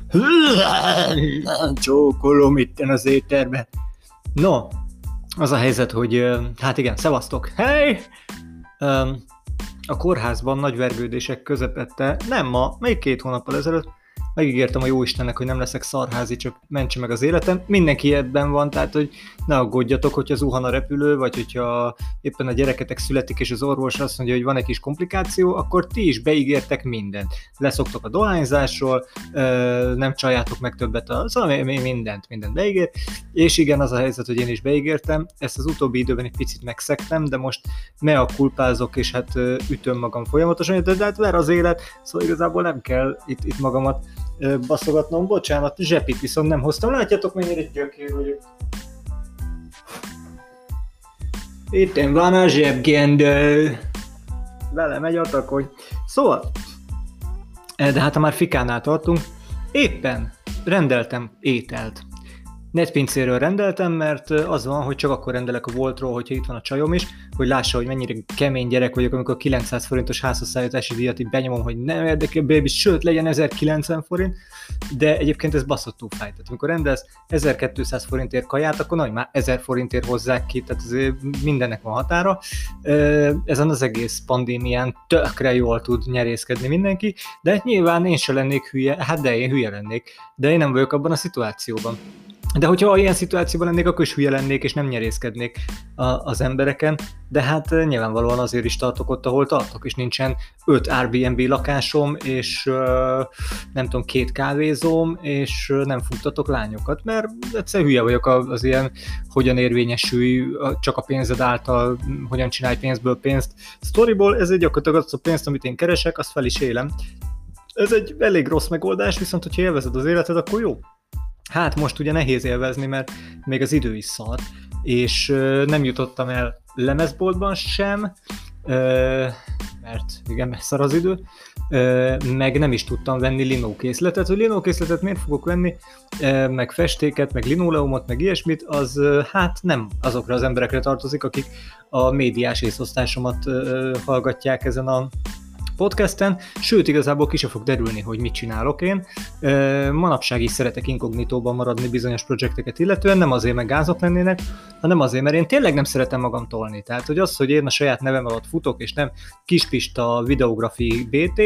Csókolom itten az étterben. No, az a helyzet, hogy hát igen, szevasztok. Hey! A kórházban nagy vergődések közepette, nem ma, még 2 hónappal ezelőtt, megígértem a jóistennek, hogy nem leszek szarházi, csak mentse meg az életem. Mindenki ebben van, tehát hogy ne aggódjatok, hogyha zuhan a repülő, vagy hogyha éppen a gyereketek születik, és az orvos azt mondja, hogy van egy kis komplikáció, akkor ti is beígértek mindent. Leszoktok a dohányzásról, nem csaljátok meg többet, szóval mindent beígér. És igen, az a helyzet, hogy én is beígértem. Ezt az utóbbi időben egy picit megszektem, de most mea culpázok, és hát ütöm magam folyamatosan, de hát ver az élet, szóval igazából nem kell itt magamat baszogatnom. Bocsánat, zsepit viszont nem hoztam. Látjátok, mennyire gyökér vagyok. Itten van a zsebgendő. Vele megy a takony. Szóval, de hát ha már fikánál tartunk, éppen rendeltem ételt. Netpincéről rendeltem, mert az van, hogy csak akkor rendelek a Woltról, hogyha itt van a csajom is, hogy lássa, hogy mennyire kemény gyerek vagyok, amikor 900 forintos házhozszállítási díjat így benyomom, hogy nem érdekel, baby, sőt, legyen 1090 forint, de egyébként ez baszottul fáj. Tehát amikor rendelsz 1200 forintért kaját, akkor nagy már 1000 forintért hozzák ki, tehát azért mindennek van határa. Ezen az egész pandémián tökre jól tud nyerészkedni mindenki, de hát nyilván én se lennék hülye, hát de én hülye lennék, de én nem vagyok abban a szituációban. De hogyha ilyen szituációban lennék, akkor is hülye lennék, és nem nyerészkednék az embereken, de hát nyilvánvalóan azért is tartok ott, ahol tartok, és nincsen 5 Airbnb lakásom, és nem tudom, 2 kávézóm, és nem futtatok lányokat, mert egyszer hülye vagyok az ilyen, hogyan érvényesülj, csak a pénzed által, hogyan csinálj pénzből pénzt. Sztoriból ez egy gyakorlatilag az a pénzt, amit én keresek, azt fel is élem. Ez egy elég rossz megoldás, viszont hogyha élvezed az életed, akkor jó. Hát most ugye nehéz élvezni, mert még az idő is szar, és nem jutottam el lemezboltban sem, mert igen, szar az idő, meg nem is tudtam venni linókészletet. Hogy linókészletet miért fogok venni, meg festéket, meg linoleumot, meg ilyesmit, az hát nem azokra az emberekre tartozik, akik a médiás észosztásomat hallgatják ezen a podcasten, sőt igazából ki sem fog derülni, hogy mit csinálok én. Manapság is szeretek inkognitóban maradni bizonyos projekteket illetően, nem azért, mert gázok lennének, hanem azért, mert én tényleg nem szeretem magam tolni. Tehát, hogy az, hogy én a saját nevem alatt futok, és nem Kispista Videografi BT,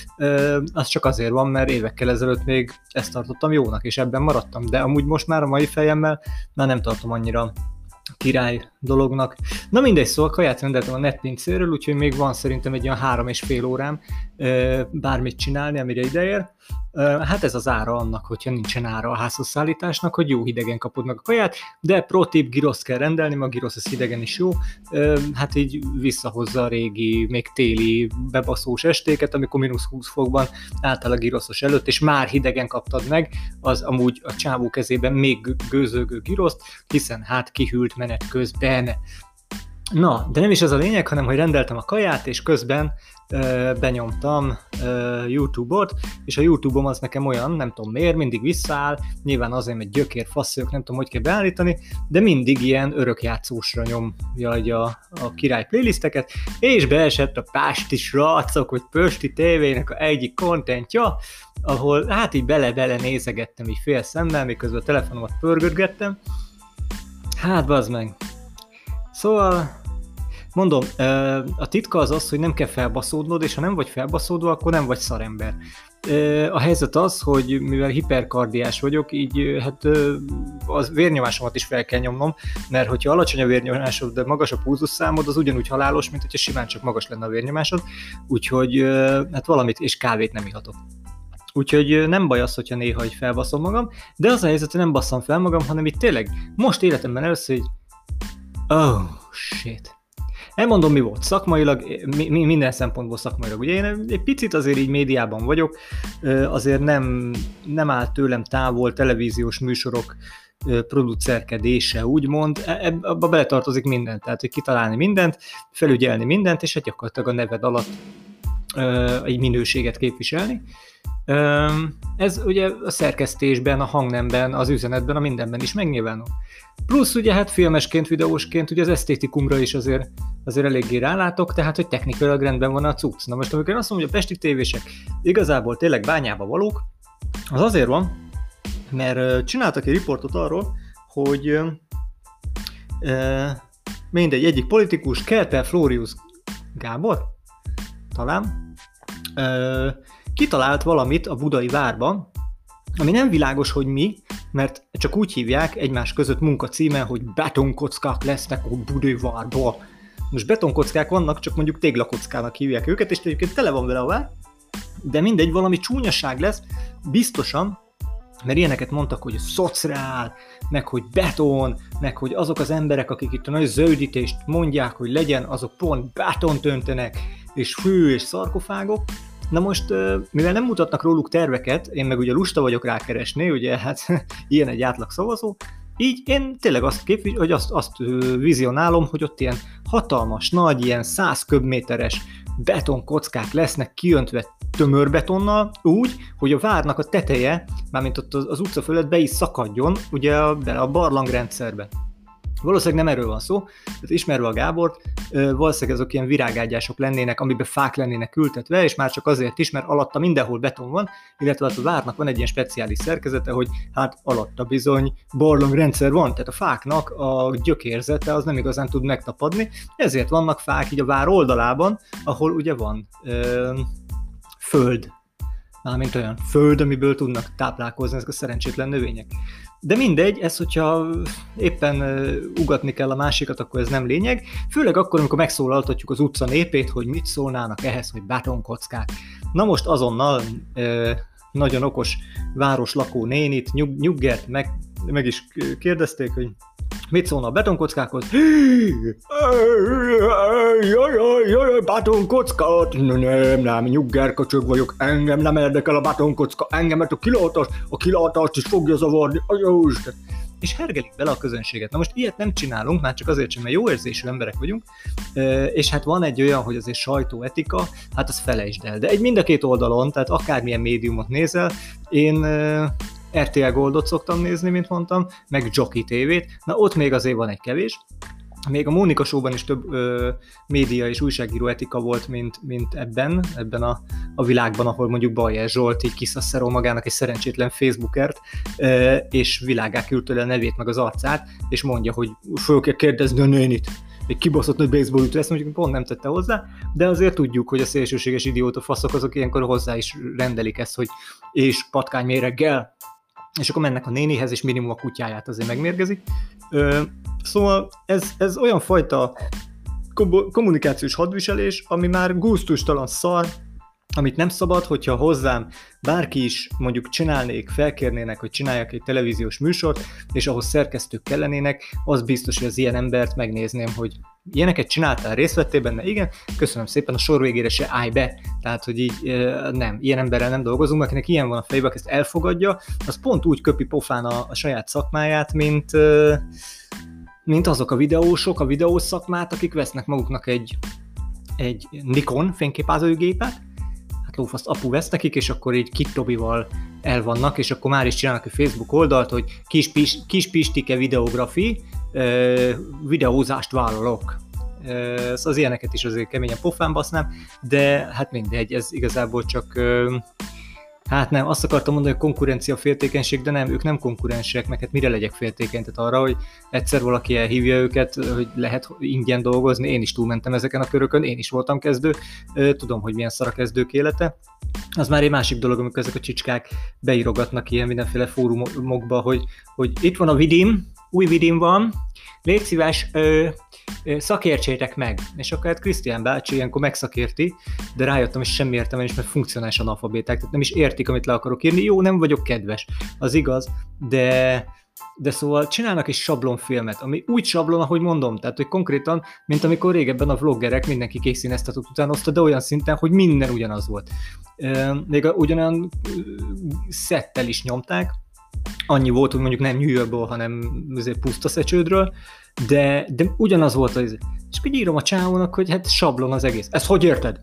az csak azért van, mert évekkel ezelőtt még ezt tartottam jónak, és ebben maradtam. De amúgy most már a mai fejemmel már nem tartom annyira király dolognak. Na mindegy, szóval kaját rendeltem a netpincéről, úgyhogy még van szerintem egy olyan 3,5 órám bármit csinálni, amire ideér. Hát ez az ára annak, hogyha nincsen ára a házhoz szállításnak, hogy jó hidegen kapod meg a kaját, de pro tip, giroszt kell rendelni, mert a girosz az hidegen is jó, hát így visszahozza a régi, még téli bebaszós estéket, amikor -20 fokban álltál a giroszos előtt, és már hidegen kaptad meg, az amúgy a csávó kezében még gőzölgő giroszt, hiszen hát kihűlt menet közben. Na, de nem is ez a lényeg, hanem hogy rendeltem a kaját, és közben benyomtam YouTube-ot, és a YouTube-om az nekem olyan, nem tudom miért, mindig visszaáll, nyilván azért, mert gyökér faszoljuk, nem tudom, hogy kell beállítani, de mindig ilyen örökjátszósra nyomja a király playlisteket, és beesett a Pásti Srácok, vagy Pösti TV-nek a egyik kontentja, ahol hát így bele-bele nézegettem így fél szemmel, miközben a telefonomat pörgötgettem. Hát bazd meg. Szóval, mondom, a titka az, hogy nem kell felbaszódnod, és ha nem vagy felbaszódva, akkor nem vagy szarember. A helyzet az, hogy mivel hiperkardiás vagyok, így hát az vérnyomásomat is fel kell nyomnom, mert hogyha alacsony a vérnyomásod, de magas a pulzusszámod, az ugyanúgy halálos, mint hogyha simán csak magas lenne a vérnyomásod, úgyhogy hát valamit, és kávét nem ihatok. Úgyhogy nem baj az, hogyha néha így felbaszom magam, de az a helyzet, hogy nem basszom fel magam, hanem itt tényleg most életemben először, hogy oh, shit. Elmondom, mi volt szakmailag, minden szempontból szakmailag. Ugye én egy picit azért így médiában vagyok, azért nem áll tőlem távol televíziós műsorok producerkedése, úgymond, abba beletartozik mindent, tehát hogy kitalálni mindent, felügyelni mindent, és hát gyakorlatilag a neved alatt egy minőséget képviselni. Ez ugye a szerkesztésben, a hangnemben, az üzenetben, a mindenben is megnyilvánul. Plusz ugye hát filmesként, videósként ugye az esztétikumra is azért eléggé rálátok, tehát hogy technikailag rendben van a cucc. Na most amikor azt mondom, hogy a pesti tévések igazából tényleg bányába valók, Az azért van, mert csináltak egy riportot arról, hogy mindegy, egyik politikus, Kelter Flórius Gábor, talán, kitalált valamit a budai várban, ami nem világos, hogy mi, mert csak úgy hívják egymás között munkacímen, hogy betonkockák lesznek a budai várban. Most betonkockák vannak, csak mondjuk téglakockának hívják őket, és egyébként tele van vele a vár, de mindegy, valami csúnyaság lesz, biztosan, mert ilyeneket mondtak, hogy szociál, meg hogy beton, meg hogy azok az emberek, akik itt a nagy zöldítést mondják, hogy legyen, azok pont betont öntenek, és fű és szarkofágok. Na most, mivel nem mutatnak róluk terveket, én meg ugye lusta vagyok rákeresni, ugye hát ilyen egy átlag szavazó, így én tényleg azt vizionálom, hogy ott ilyen hatalmas, nagy, ilyen 100 köbméteres betonkockák lesznek kiöntve tömörbetonnal, úgy, hogy a várnak a teteje, mármint ott az utca fölött be is szakadjon, ugye a barlangrendszerbe. Valószínűleg nem erről van szó, tehát ismerve a Gábort, valószínűleg azok ilyen virágágyások lennének, amiben fák lennének ültetve, és már csak azért is, mert alatta mindenhol beton van, illetve a várnak van egy ilyen speciális szerkezete, hogy hát alatta bizony barlangrendszer van, tehát a fáknak a gyökérzete az nem igazán tud megtapadni, ezért vannak fák így a vár oldalában, ahol ugye van föld, mármint olyan föld, amiből tudnak táplálkozni ezek a szerencsétlen növények. De mindegy, ez, hogyha éppen ugatni kell a másikat, akkor ez nem lényeg. Főleg akkor, amikor megszólaltatjuk az utca népét, hogy mit szólnának ehhez, hogy betonkockák. Na most azonnal nagyon okos városlakó nénit, nyuggert meg is kérdezték, hogy mit szólna a betonkockákhoz? Jaj, betonkockát! Nem, nyuggerköcsög vagyok, engem nem érdekel a betonkocka, engemet a kilátást is fogja zavarni, és hergelik bele a közönséget. Na most ilyet nem csinálunk, már csak azért sem, mert jó érzésű emberek vagyunk, és hát van egy olyan, hogy azért sajtóetika, hát az felejtsd el. De mind a két oldalon, tehát akármilyen médiumot nézel, én RTL Goldot szoktam nézni, mint mondtam, meg Jockey TV-t, na ott még azért van egy kevés. Még a Mónika Show-ban is több média és újságíró etika volt, mint ebben a világban, ahol mondjuk Bajer Zsolt így kiszasszerol magának egy szerencsétlen Facebookert, és világgá küldte le a nevét meg az arcát, és mondja, hogy föl kell kérdezni a nénit. Egy kibaszott nagy baseballütő, ezt mondjuk pont nem tette hozzá, de azért tudjuk, hogy a szélsőséges idióta faszok azok ilyenkor hozzá is rendelik ezt, hogy és patkányméreggel, és akkor mennek a nénihez, és minimum a kutyáját azért megmérgezik. Szóval ez olyan fajta kommunikációs hadviselés, ami már gusztustalan szar, amit nem szabad, hogyha hozzám bárki is mondjuk felkérnének, hogy csináljak egy televíziós műsort, és ahhoz szerkesztők kellenének, az biztos, hogy az ilyen embert megnézném, hogy ilyeneket csináltál, részt vettél benne, igen, köszönöm szépen, a sor végére se állj be, tehát, hogy így nem, ilyen emberrel nem dolgozunk, akinek ilyen van a fejben, ezt elfogadja, az pont úgy köpi pofán a saját szakmáját, mint azok a videósok, a videós szakmát, akik vesznek maguknak egy Nikon fényképázógépet, hát lófaszt apu vesz nekik, és akkor így Kit Tobival el vannak, és akkor már is csinálnak egy Facebook oldalt, hogy Kis Pistike videografi, videózást vállalok. Az ilyeneket is azért keményen pofán basznám, de hát mindegy, ez igazából csak hát nem, azt akartam mondani, hogy konkurencia féltékenység, de nem, ők nem konkurensek, meg hát mire legyek féltékeny, tehát arra, hogy egyszer valaki elhívja őket, hogy lehet ingyen dolgozni, én is túlmentem ezeken a körökön, én is voltam kezdő, tudom, hogy milyen szar a kezdők élete. Az már egy másik dolog, amikor ezek a csicskák beírogatnak ilyen mindenféle fórumokba, hogy itt van a vidim, új vidim van, légy szíves, szakértsétek meg. És akkor hát Krisztián bácsi ilyenkor megszakérti, de rájöttem, hogy semmi értelme is, mert funkcionális analfabéták, tehát nem is értik, amit le akarok írni. Jó, nem vagyok kedves, az igaz, de szóval csinálnak egy sablonfilmet, ami úgy sablon, ahogy mondom, tehát hogy konkrétan, mint amikor régebben a vloggerek mindenki kékszíneztetőt utánozta, de olyan szinten, hogy minden ugyanaz volt. Még ugyanolyan szettel is nyomták, annyi volt, hogy mondjuk nem New Yorkból, hanem puszta Szecsődről, de ugyanaz volt az. És akkor írom a csávónak, hogy hát sablon az egész. Ezt hogy érted?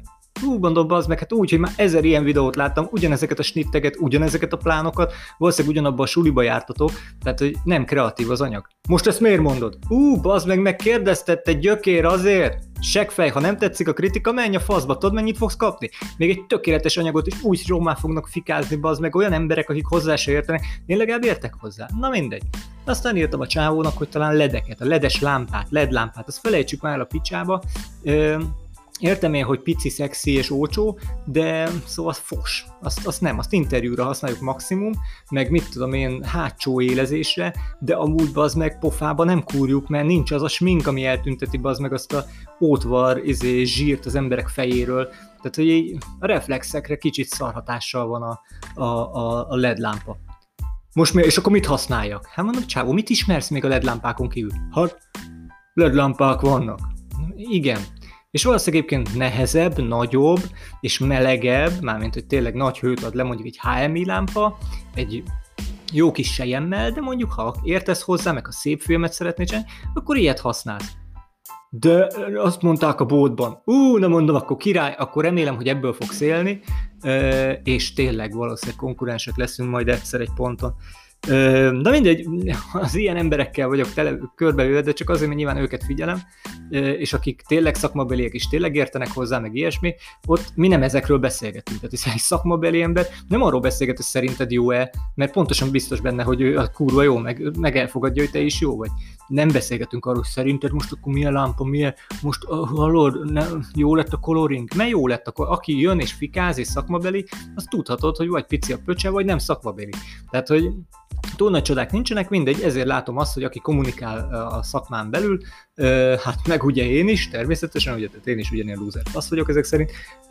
Mondom, bazd meg, hát úgy, hogy már 1000 ilyen videót láttam, ugyanezeket a snitteket, ugyanezeket a plánokat, valószínűleg ugyanabban a suliba jártatok, tehát hogy nem kreatív az anyag. Most ezt miért mondod? Bazd meg, megkérdezted, te gyökér azért? Seggfej, ha nem tetszik a kritika, menj a faszba, tudod mennyit fogsz kapni? Még egy tökéletes anyagot is úgy rommá fognak fikázni, bazd meg, olyan emberek, akik hozzá se értenek, én legalább értek hozzá. Na mindegy. Aztán írtam a csávónak, hogy talán ledeket, a ledes lámpát, LED lámpát, azt felejtsük már a picsába. Értem én, hogy pici, szexi és olcsó, de szóval fos. Azt nem, azt interjúra használjuk maximum, meg mit tudom én, hátsó élezésre, de amúgy bazd meg pofába nem kúrjuk, mert nincs az a smink, ami eltünteti bazd meg azt a ótvar zsírt az emberek fejéről. Tehát, hogy a reflexekre kicsit szarhatással van a LED lámpa. Most és akkor mit használjak? Hát mondom, csávó, mit ismersz még a LED lámpákon kívül? Hát, LED lámpák vannak. Igen. És valószínűleg egyébként nehezebb, nagyobb és melegebb, mármint, hogy tényleg nagy hőt ad le mondjuk egy HMI lámpa, egy jó kis selyemmel, de mondjuk ha értesz hozzá, meg a szép filmet szeretnél csinálni, akkor ilyet használsz. De azt mondták a boltban, nem mondom, akkor király, akkor remélem, hogy ebből fogsz élni, és tényleg valószínűleg konkurensek leszünk majd egyszer egy ponton. De mindegy, az ilyen emberekkel vagyok körbevéve, de csak azért, mert nyilván őket figyelem, és akik tényleg szakmabeliek és tényleg értenek hozzá, meg ilyesmi, ott mi nem ezekről beszélgetünk. Tehát hiszen egy szakmabeli ember nem arról beszélget, hogy szerinted jó-e, mert pontosan biztos benne, hogy ő a kurva jó, meg elfogadja, hogy te is jó vagy. Nem beszélgetünk arról, hogy szerinted most akkor milyen lámpa, most hallod, jó lett a coloring, mert jó lett, akkor aki jön és fikáz és szakmabeli, az tudhatod, hogy vagy pici a pöcse, vagy nem szakmabeli. Tehát, hogy túl nagy csodák nincsenek, mindegy, ezért látom azt, hogy aki kommunikál a szakmán belül, hát meg ugye én is, természetesen, ugye én is ugyanilyen lúzer fasz vagyok ezek szerint,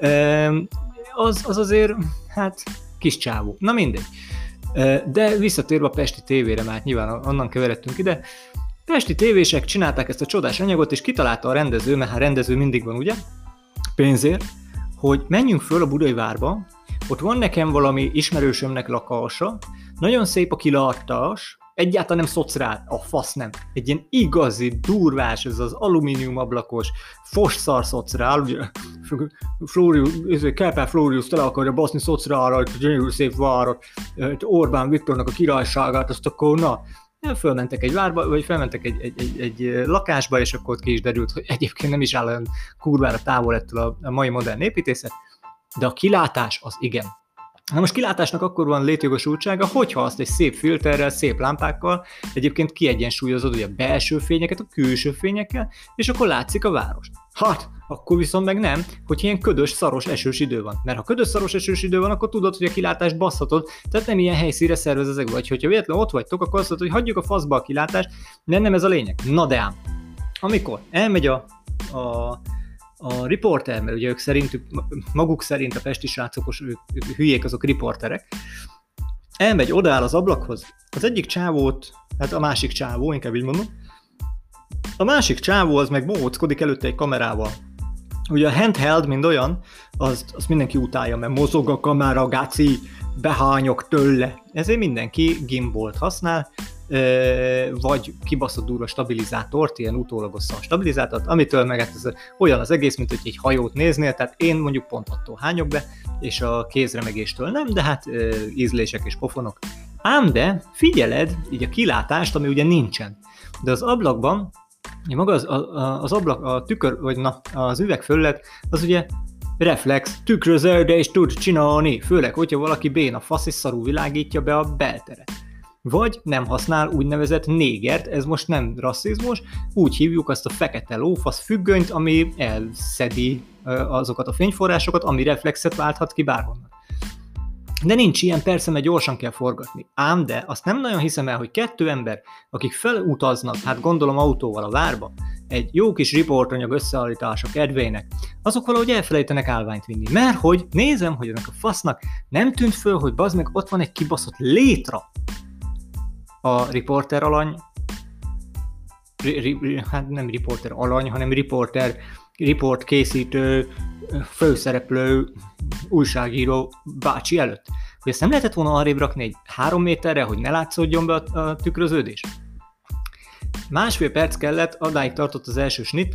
az azért, hát kis csávó. Na mindegy. De visszatérve a Pesti tévére, mert nyilván onnan keveredtünk ide, pesti tévések csinálták ezt a csodás anyagot, és kitalálta a rendező, mert hát rendező mindig van, ugye, pénzért, hogy menjünk föl a Budai Várba, ott van nekem valami ismerősömnek lakása, nagyon szép a kilátás, egyáltalán nem szocrál, a fasz nem. Egy ilyen igazi, durvás, ez az alumínium ablakos, fosszar szocrál, ugye, Kárpát Flórius tele akarja baszni szocrálra, gyönyörű szép várat, Orbán Viktornak a királyságát, azt akkor na, fölmentek egy várba, vagy felmentek egy lakásba, és akkor ott ki is derült, hogy egyébként nem is áll olyan kurvára távol ettől a mai modern építészet, de a kilátás az igen. Na most kilátásnak akkor van létjogosultsága, hogyha azt egy szép filterrel, szép lámpákkal egyébként kiegyensúlyozod ugye a belső fényeket a külső fényekkel, és akkor látszik a város. Hát, akkor viszont meg nem, hogy ilyen ködös, szaros, esős idő van. Mert ha ködös, szaros, esős idő van, akkor tudod, hogy a kilátást basszhatod, tehát nem ilyen helyszínre szervez ezek vagy. Hogyha véletlenül ott vagytok, akkor azt mondod, hogy hagyjuk a faszba a kilátást, de nem ez a lényeg. Na de ám, amikor elmegy a riporter, mert ugye ők szerintük, maguk szerint a pesti srácok, ők hülyék, azok riporterek, elmegy, odaáll az ablakhoz, az egyik csávót, hát a másik csávó, inkább így mondom, a másik csávó az meg bohóckodik előtte egy kamerával. Ugye a handheld, mint olyan, azt mindenki utálja, mert mozog a kamera, gáci, behányok tőle. Ezért mindenki gimbolt használ, vagy kibaszott durva stabilizátort, ilyen utólagos szar stabilizátort, amitől meg ez olyan az egész, mint hogy egy hajót néznél, tehát én mondjuk pont attól hányok be, és a kézremegéstől nem, de hát ízlések és pofonok. Ám de figyeled így a kilátást, ami ugye nincsen. De az ablakban, maga az ablak, a tükör, vagy na, az üveg fölött, az ugye reflex, tükröző, de is tud csinálni, főleg, hogyha valaki béna fasz és szarú világítja be a belteret. Vagy nem használ úgynevezett négert, ez most nem rasszizmus, úgy hívjuk azt a fekete lófasz függönyt, ami elszedi azokat a fényforrásokat, ami reflexet válthat ki bárhonnan. De nincs ilyen, persze, mert gyorsan kell forgatni. Ám de azt nem nagyon hiszem el, hogy 2 ember, akik felutaznak, hát gondolom autóval a várba, egy jó kis riportanyag összeállítása kedvének, azok valahogy elfelejtenek állványt vinni. Mert hogy nézem, hogy ennek a fasznak nem tűnt föl, hogy bazd meg ott van egy kibaszott létra. A riporter alany, hát nem riporter alany, hanem riport készítő, főszereplő, újságíró bácsi előtt. Hogy ezt nem lehetett volna arrébb rakni egy 3 méterre, hogy ne látszódjon be a tükröződés? 1,5 perc kellett, adáig tartott az első snit,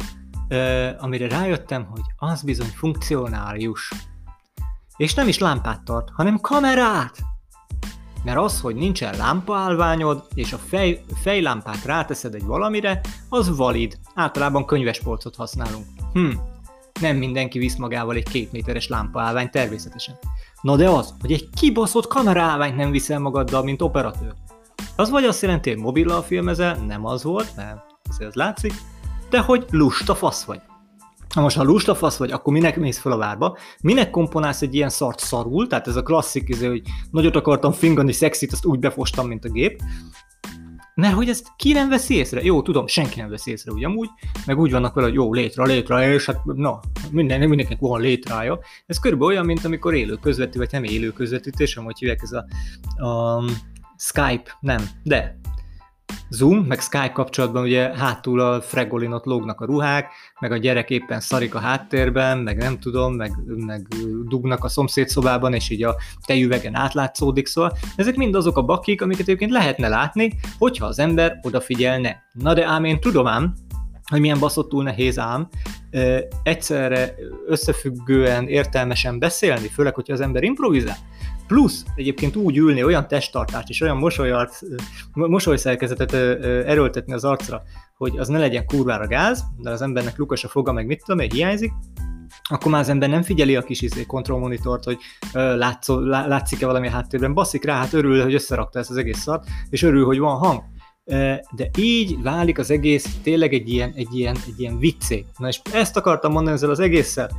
amire rájöttem, hogy az bizony funkcionálius. És nem is lámpát tart, hanem kamerát! Mert az, hogy nincsen lámpaállványod, és a fejlámpát ráteszed egy valamire, az valid. Általában könyvespolcot használunk. Nem mindenki visz magával egy 2 méteres lámpaállványt természetesen. Na de az, hogy egy kibaszott kameraállványt nem viszel magaddal, mint operatőr. Az vagy azt jelenti, hogy mobillal filmezel, nem az volt, mert azért az látszik, de hogy lusta fasz vagy. Na most, ha lusta fasz vagy, akkor minek mész fel a várba? Minek komponálsz egy ilyen szart szarul? Tehát ez a klasszik, hogy nagyot akartam fingani szexit, azt úgy befostam, mint a gép. Mert hogy ezt ki nem veszi észre? Jó, tudom, senki nem veszi észre ugyanúgy, meg úgy vannak vele, hogy jó, létre, és hát na, mindenkinek van létrája. Ez körülbelül olyan, mint amikor élő közvetítés, vagy nem élő közvetítés, hanem hogy hívják ez a Skype, nem, de Zoom, meg Skype kapcsolatban ugye hátul a Fregolinot lógnak a ruhák, meg a gyerek éppen szarik a háttérben, meg nem tudom, meg dugnak a szomszédszobában, és így a tejüvegen átlátszódik, szóval ezek mind azok a bakik, amiket egyébként lehetne látni, hogyha az ember odafigyelne. Na de ám én tudom ám, hogy milyen baszottul nehéz ám egyszerre összefüggően, értelmesen beszélni, főleg, hogyha az ember improvizál. Plusz egyébként úgy ülni, olyan testtartást és olyan mosolyszerkezetet erőltetni az arcra, hogy az ne legyen kurvára gáz, de az embernek lukas a foga, meg mit tudom, hiányzik, akkor már az ember nem figyeli a kis kontrollmonitort, hogy látszik-e valami a háttérben, basszik rá, hát örül, hogy összerakta ezt az egész szart, és örül, hogy van hang. De így válik az egész tényleg egy ilyen viccé. Na és ezt akartam mondani ezzel az egésszel.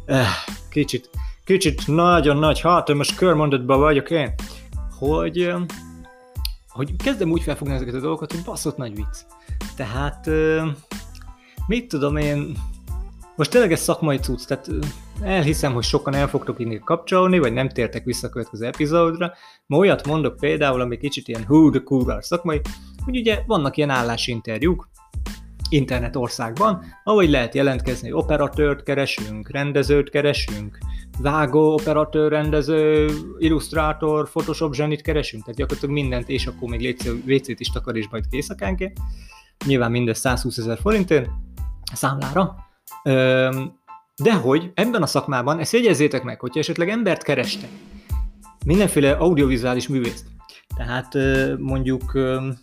Kicsit nagyon nagy hatalmas körmondatban vagyok én, hogy kezdem úgy felfogni ezeket a dolgokat, hogy baszott nagy vicc. Tehát, mit tudom én, most tényleg ez szakmai cucc, tehát elhiszem, hogy sokan el fogtok inni kapcsolni, vagy nem tértek vissza a következő epizódra, ma olyat mondok például, ami kicsit ilyen de kurva szakmai, hogy ugye vannak ilyen állásinterjúk, internetországban, ahogy lehet jelentkezni, hogy operatőrt keresünk, rendezőt keresünk, vágó, operatőr, rendező, illusztrátor, Photoshop zsenit keresünk, tehát gyakorlatilag mindent, és akkor még WC-t is takaríts majd készakánként. Nyilván mindez 120 000 forintért számlára. De hogy ebben a szakmában, ezt jegyezzétek meg, hogyha esetleg embert kerestek, mindenféle audiovizuális művészt, tehát mondjuk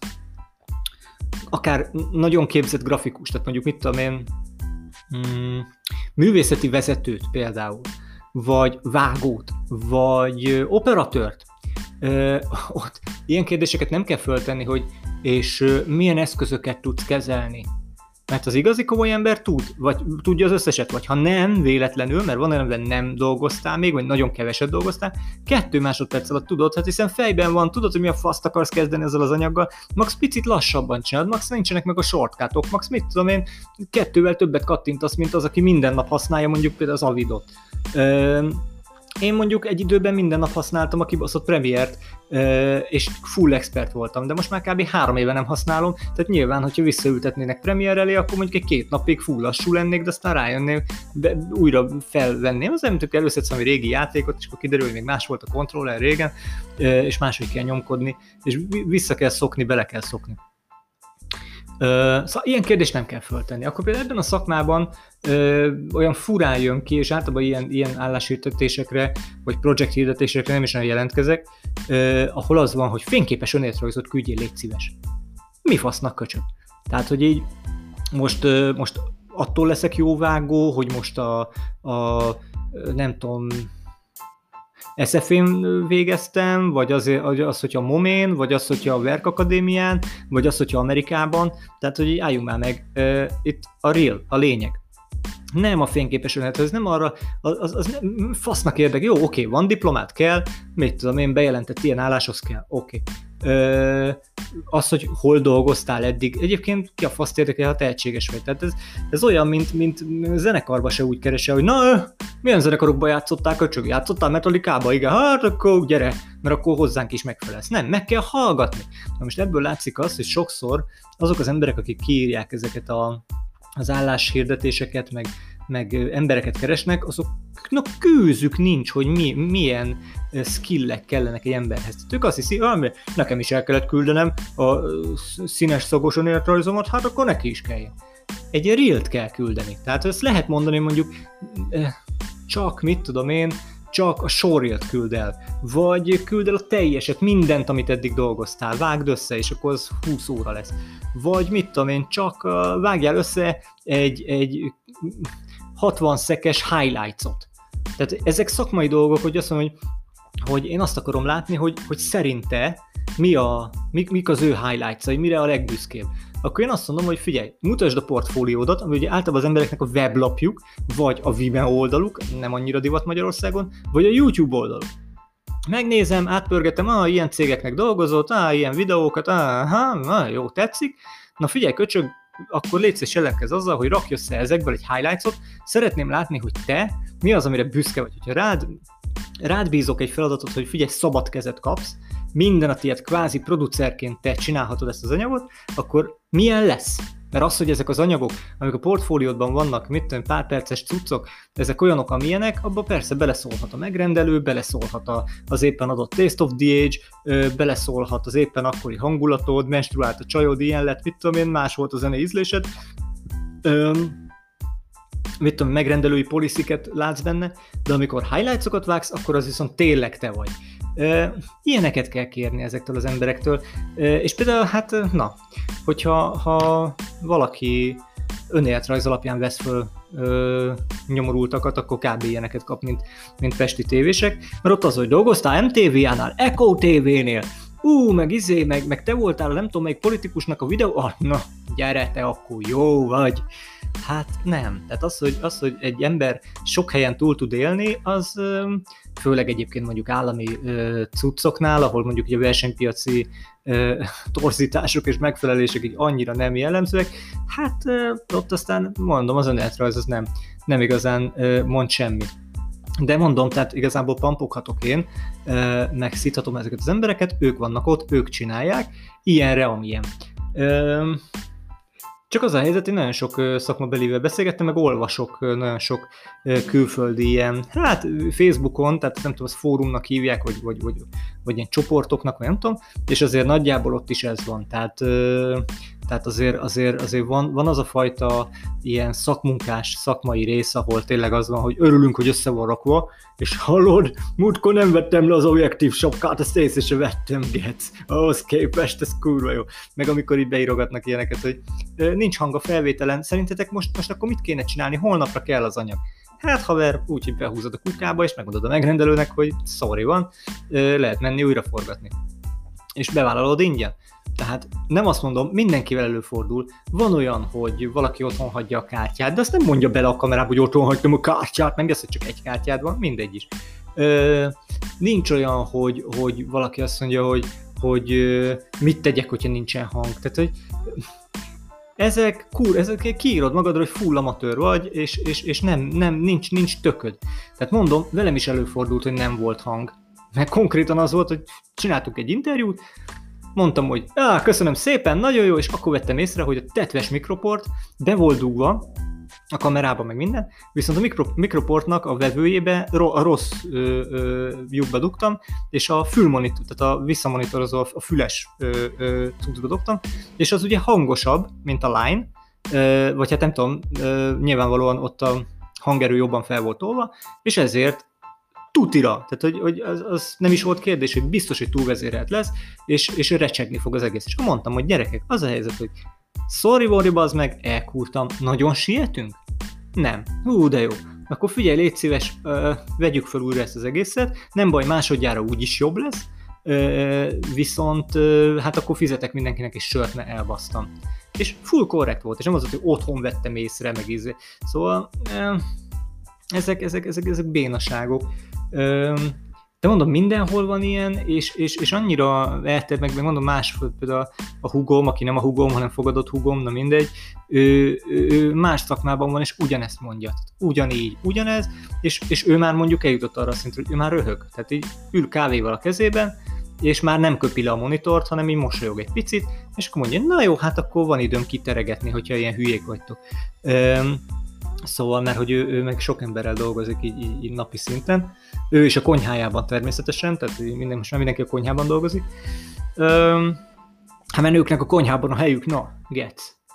akár nagyon képzett grafikus, tehát mondjuk mit tudom én, művészeti vezetőt például, vagy vágót, vagy operatőrt, ott ilyen kérdéseket nem kell föltenni, hogy és milyen eszközöket tudsz kezelni. Mert az igazi komoly ember tud, vagy tudja az összeset, vagy ha nem véletlenül, mert van olyan, amiben nem dolgoztál még, vagy nagyon keveset dolgoztál, 2 másodperc alatt tudod, hát hiszen fejben van, tudod, hogy mi a faszt akarsz kezdeni ezzel az anyaggal, max picit lassabban csinálod, max nincsenek meg a shortcutok, max mit tudom én, 2-vel többet kattintasz, mint az, aki minden nap használja mondjuk például az Avidot. Én mondjuk egy időben minden nap használtam a kibaszott Premiere-t, és full expert voltam, de most már kb. 3 éve nem használom, tehát nyilván, hogyha visszaültetnének Premiere elé, akkor mondjuk egy 2 napig full lassú lennék, de aztán rájönnék, újra felvenném, az nem tudok először valami régi játékot, és akkor kiderül, hogy még más volt a controller régen, és máshogy kell nyomkodni, és vissza kell szokni, bele kell szokni. Szóval ilyen kérdést nem kell föltenni. Akkor például ebben a szakmában olyan furán jön ki, és általában ilyen álláshirdetésekre, vagy projekthirdetésekre nem is nagyon jelentkezek, ahol az van, hogy fényképes önéletrajzot küldjél, légy szíves. Mi fasznak köcsög? Tehát, hogy így most attól leszek jó vágó, hogy most a nem tudom, SF-én végeztem, vagy az, hogyha Momén, vagy az, hogyha a Verk Akadémián, vagy az, hogyha Amerikában, tehát, hogy álljunk már meg, itt a real, a lényeg. Nem a fényképes önéletrajz, ez nem arra, az nem, fasznak érdek, jó, oké, van diplomát, kell, mit tudom én, bejelentett ilyen álláshoz kell, oké. Az, hogy hol dolgoztál eddig, egyébként ki a faszt érdekel, ha tehetséges vagy. Tehát ez olyan, mint zenekarba se úgy keresel, hogy na, milyen zenekarokban játszottál, köcsög? Játszottál Metallica-ba? Igen, hát akkor gyere, mert akkor hozzánk is megfelelsz. Nem, meg kell hallgatni. Na most ebből látszik az, hogy sokszor azok az emberek, akik kiírják ezeket az álláshirdetéseket, meg embereket keresnek, azoknak kőzük nincs, hogy milyen skillek kellenek egy emberhez. Ők azt hiszi, nekem is el kellett küldenem a színes szagos önéletrajzomat, hát akkor neki is kelljen. egy reelt kell küldeni. Tehát ezt lehet mondani, mondjuk csak, mit tudom én, csak a showreelt küld el, vagy küld el a teljeset, mindent, amit eddig dolgoztál, vágd össze, és akkor az 20 óra lesz. Vagy mit tudom én, csak vágjál össze egy 60 szekes highlights-ot. Tehát ezek szakmai dolgok, hogy azt mondom, hogy én azt akarom látni, hogy szerinte mik az ő highlights-ai, mire a legbüszkébb. Akkor én azt mondom, hogy figyelj, mutasd a portfóliódat, ami ugye általában az embereknek a weblapjuk, vagy a Vimeo oldaluk, nem annyira divat Magyarországon, vagy a YouTube oldaluk. Megnézem, átpörgetem, ilyen cégeknek dolgozott, ilyen videókat, jó, tetszik. Na figyelj, köcsög, akkor légy szíves, jelentkezz azzal, hogy rakj össze ezekből egy highlights-ot, szeretném látni, hogy te mi az, amire büszke vagy. Hogyha rád bízok egy feladatot, hogy figyelj, szabad kezet kapsz, minden a tiéd, kvázi producerként te csinálhatod ezt az anyagot, akkor milyen lesz? Mert az, hogy ezek az anyagok, amik a portfóliódban vannak, mit tudom, pár perces cuccok, ezek olyanok, amilyenek, abba persze beleszólhat a megrendelő, beleszólhat az éppen adott taste of the age, beleszólhat az éppen akkori hangulatod, menstruált a csajod, ilyen lett, mit tudom én, más volt a zenei ízlésed, mit tudom, megrendelői policy-ket látsz benne, de amikor highlights-okat vágsz, akkor az viszont tényleg te vagy. Ilyeneket kell kérni ezektől az emberektől, és például hogyha valaki önéletrajz alapján vesz föl nyomorultakat, akkor kb. Ilyeneket kap, mint pesti tévések, mert ott az, hogy dolgoztál MTV-nál, Echo TV-nél, meg te voltál, nem tudom, melyik politikusnak a videó, na, gyere te, akkor jó vagy. Hát nem. Tehát az, hogy egy ember sok helyen túl tud élni, az főleg egyébként mondjuk állami cuccoknál, ahol mondjuk a versenypiaci torzítások és megfelelések így annyira nem jellemzőek, hát ott aztán mondom, az önéletrajz az nem igazán mond semmit. De mondom, tehát igazából pampoghatok én, megszíthatom ezeket az embereket, ők vannak ott, ők csinálják, ilyenre, amilyen. Csak az a helyzet, hogy nagyon sok szakmabelivel beszélgettem, meg olvasok nagyon sok külföldi ilyen, Facebookon, tehát nem tudom, az fórumnak hívják, vagy ilyen csoportoknak, vagy nem tudom, és azért nagyjából ott is ez van. Tehát azért van az a fajta ilyen szakmunkás, szakmai rész, ahol tényleg az van, hogy örülünk, hogy össze van rakva, és hallod, múltkor nem vettem le az objektív sapkát, azt észre se vettem, gec. Ahhoz képest, ez kurva jó. Meg amikor így beírogatnak ilyeneket, hogy nincs hang a felvételen, szerintetek most akkor mit kéne csinálni, holnapra kell az anyag. Hát haver, úgyhogy behúzod a kukába, és megmondod a megrendelőnek, hogy sorry van, lehet menni újra forgatni. És bevállalod ingyen. Tehát nem azt mondom, mindenkivel előfordul, van olyan, hogy valaki otthon hagyja a kártyát, de azt nem mondja bele a kamerába, hogy otthon hagytam a kártyát, nem az, hogy csak egy kártyád van, mindegy is. Nincs olyan, hogy valaki azt mondja, hogy mit tegyek, hogyha nincsen hang. Tehát, hogy ezek kiírod magadra, hogy full amatőr vagy, és nincs tököd. Tehát mondom, velem is előfordult, hogy nem volt hang. Meg konkrétan az volt, hogy csináltuk egy interjút, mondtam, hogy köszönöm szépen, nagyon jó, és akkor vettem észre, hogy a tetves mikroport be volt dugva a kamerában, meg minden, viszont a mikroportnak a vevőjébe a rossz lyukba dugtam, és a fülmonitor, tehát a visszamonitorozó, a füles cuccba dugtam, és az ugye hangosabb, mint a line, vagy hát nem tudom, nyilvánvalóan ott a hangerő jobban fel volt tolva, és ezért tutira, tehát hogy az nem is volt kérdés, hogy biztos, hogy túlvezérelt lesz, és recsegni fog az egész. És akkor mondtam, hogy gyerekek, az a helyzet, hogy sorry, bazd meg, elkúrtam, nagyon sietünk? Nem. De jó. Akkor figyelj, légy szíves, vegyük fel újra ezt az egészet, nem baj, másodjára úgyis jobb lesz, viszont hát akkor fizetek mindenkinek, és sört ne elbasztam. És full korrekt volt, és nem az, hogy otthon vettem észre, meg ízé. Szóval ezek bénaságok. De mondom, mindenhol van ilyen, és annyira eltett, meg mondom, másföld, például a húgom, aki nem a húgom, hanem fogadott húgom, na mindegy, ő más szakmában van, és ugyanezt mondja. Ugyanígy, ugyanez, és ő már mondjuk eljutott arra a szintre, hogy ő már röhög. Tehát így ül kávéval a kezében, és már nem köpi le a monitort, hanem így mosolyog egy picit, és akkor mondja, na jó, hát akkor van időm kiteregetni, hogyha ilyen hülyék vagytok. Szóval, mert hogy ő meg sok emberrel dolgozik így napi szinten. Ő is a konyhájában természetesen, tehát most már mindenki a konyhában dolgozik. Hát mert nőknek a konyhában a helyük, na, gec.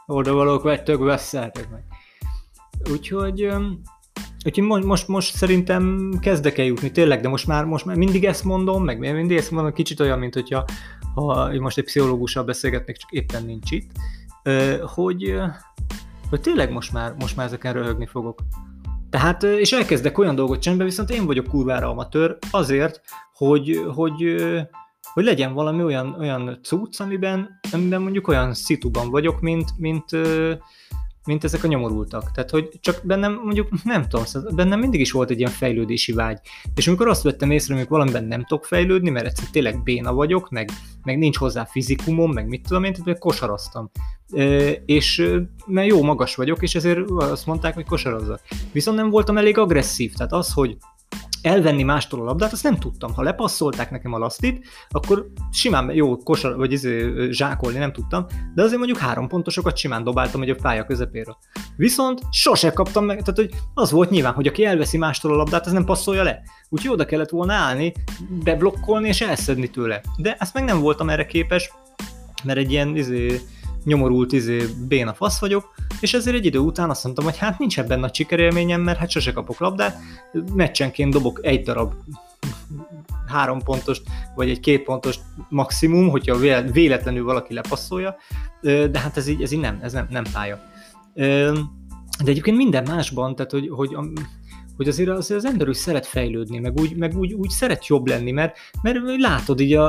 odavalók vettek, veszeltek meg. Úgyhogy most szerintem kezdek el jutni, tényleg, de most már mindig ezt mondom, meg mindig ezt mondom, kicsit olyan, mint hogyha most egy pszichológussal beszélgetnék, csak éppen nincs itt, hogy tényleg most már ezeken röhögni fogok. Tehát, és elkezdek olyan dolgot csinálni, viszont én vagyok kurvára amatőr azért, hogy legyen valami olyan cucc, amiben mondjuk olyan szituban vagyok, mint ezek a nyomorultak. Tehát, hogy csak bennem mondjuk, nem tudom, bennem mindig is volt egy ilyen fejlődési vágy. És amikor azt vettem észre, hogy valamiben nem tudok fejlődni, mert egyszerűen tényleg béna vagyok, meg nincs hozzá fizikumom, meg mit tudom én, tehát kosaraztam. És mert jó magas vagyok, és ezért azt mondták, hogy kosarazzak. Viszont nem voltam elég agresszív, tehát az, hogy elvenni mástól a labdát, azt nem tudtam. Ha lepasszolták nekem a lasztit, akkor simán jó kosar, vagy zsákolni nem tudtam, de azért mondjuk 3 pontosokat simán dobáltam egy a pálya közepéről. Viszont sose kaptam meg, tehát hogy az volt nyilván, hogy aki elveszi mástól a labdát, az nem passzolja le. Úgyhogy oda kellett volna állni, beblokkolni és elszedni tőle. De ezt meg nem voltam erre képes, mert egy ilyen nyomorult béna fasz vagyok, és ezért egy idő után azt mondtam, hogy hát nincs ebben nagy sikerélményem, mert hát sose kapok labdát, meccsenként dobok egy darab 3 pontost, vagy egy 2 pontost maximum, hogyha véletlenül valaki lepasszolja, de hát ez így nem pálya. De egyébként minden másban, tehát hogy azért az ember úgy szeret fejlődni, meg úgy szeret jobb lenni, mert látod így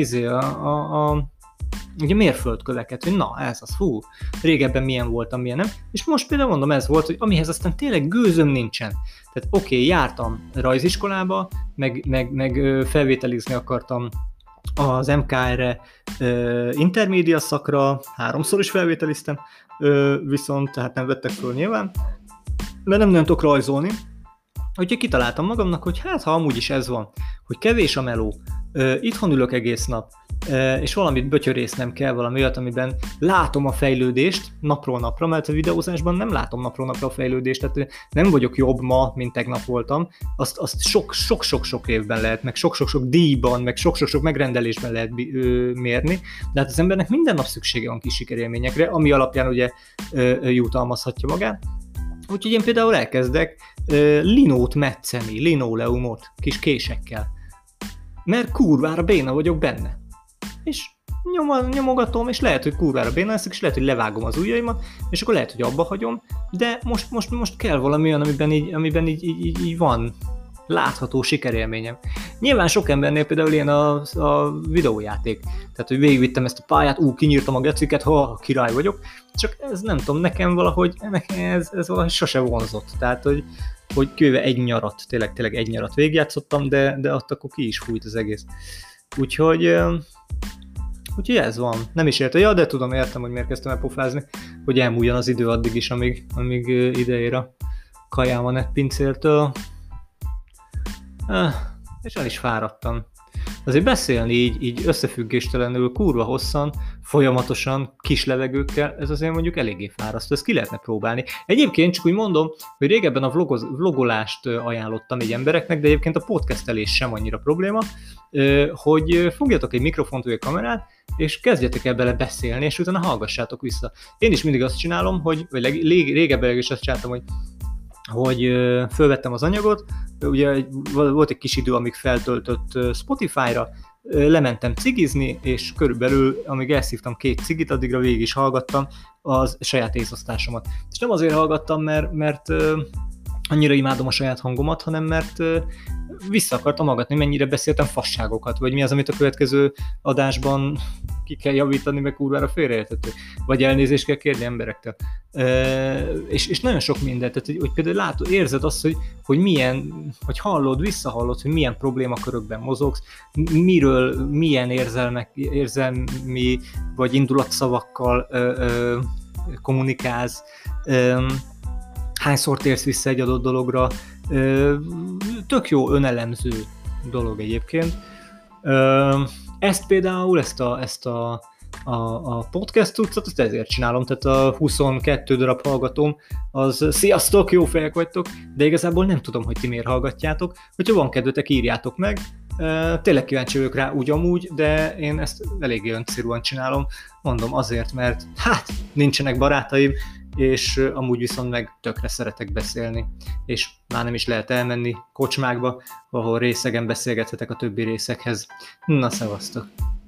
ugye mérföldköveket, hogy na, ez az, régebben milyen voltam, milyen nem, és most például mondom, ez volt, hogy amihez aztán tényleg gőzöm nincsen. Tehát oké, jártam rajziskolába, meg felvételizni akartam az MKR-re, intermédia szakra, 3-szor is felvételiztem, viszont tehát nem vettek föl nyilván, mert nem tudok rajzolni. Úgyhogy kitaláltam magamnak, hogy hát ha amúgy is ez van, hogy kevés a meló, itthon ülök egész nap, és valamit bötyörésznem kell, valami olyat, amiben látom a fejlődést napról napra, mert a videózásban nem látom napról napra a fejlődést, tehát nem vagyok jobb ma, mint tegnap voltam, azt sok-sok évben lehet, meg sok-sok díjban, meg sok-sok megrendelésben lehet mérni, de hát az embernek minden nap szüksége van kis sikerélményekre, ami alapján ugye jutalmazhatja magát. Úgyhogy én például elkezdek linót metszeni, linoleumot, kis késekkel, mert kurvára béna vagyok benne. És nyomogatom, és lehet, hogy kurvára béna leszek, és lehet, hogy levágom az ujjaimat, és akkor lehet, hogy abba hagyom, de most kell valami olyan, amiben így van látható sikerélményem. Nyilván sok embernél például ilyen a videójáték. Tehát, hogy végigvittem ezt a pályát, kinyírtam a geciket, király vagyok, csak ez nem tudom, nekem ez valahogy sose vonzott. Tehát, hogy kivéve egy nyarat, tényleg egy nyarat végigjátszottam, de ott akkor ki is fújt az egész. Úgyhogy ez van. Nem is értem. De értem, hogy miért kezdtem el pofázni, hogy elmúljon az idő addig is, amíg ideér a kajám a netpincértől. És el is fáradtam. Azért beszélni így összefüggéstelenül, kurva hosszan, folyamatosan, kis levegőkkel, ez azért mondjuk eléggé fárasztó, ezt ki lehetne próbálni. Egyébként csak úgy mondom, hogy régebben a vlogolást ajánlottam egy embereknek, de egyébként a podcastelés sem annyira probléma, hogy fogjatok egy mikrofont vagy egy kamerát, és kezdjetek el bele beszélni, és utána hallgassátok vissza. Én is mindig azt csinálom, vagy régebben is azt csináltam, hogy fölvettem az anyagot, ugye volt egy kis idő, amíg feltöltött Spotify-ra, lementem cigizni, és körülbelül, amíg elszívtam 2 cigit, addigra végig is hallgattam az saját észosztásomat. És nem azért hallgattam, mert annyira imádom a saját hangomat, hanem mert vissza akartam hallgatni, mennyire beszéltem fasságokat, vagy mi az, amit a következő adásban ki kell javítani, meg kurvára félreérthető. Vagy elnézést kell kérni emberektől. És nagyon sok mindent, tehát hogy például érzed azt, hogy hogy visszahallod, hogy milyen problémakörökben mozogsz, miről, milyen érzelmi vagy indulatszavakkal kommunikálsz, hányszor térsz vissza egy adott dologra. Tök jó önelemző dolog egyébként. Ezt például, ezt a podcast tucat, azt ezért csinálom, tehát a 22 darab hallgatóm, az sziasztok, jó fejek vagytok, de igazából nem tudom, hogy ti miért hallgatjátok. Hogyha van kedvetek, írjátok meg, Tényleg kíváncsi vagyok rá úgy amúgy, de én ezt eléggé öncélúan csinálom. Mondom azért, mert hát nincsenek barátaim, és amúgy viszont meg tökre szeretek beszélni, és már nem is lehet elmenni kocsmákba, ahol részegen beszélgethetek a többi részekhez. Na, szevasztok!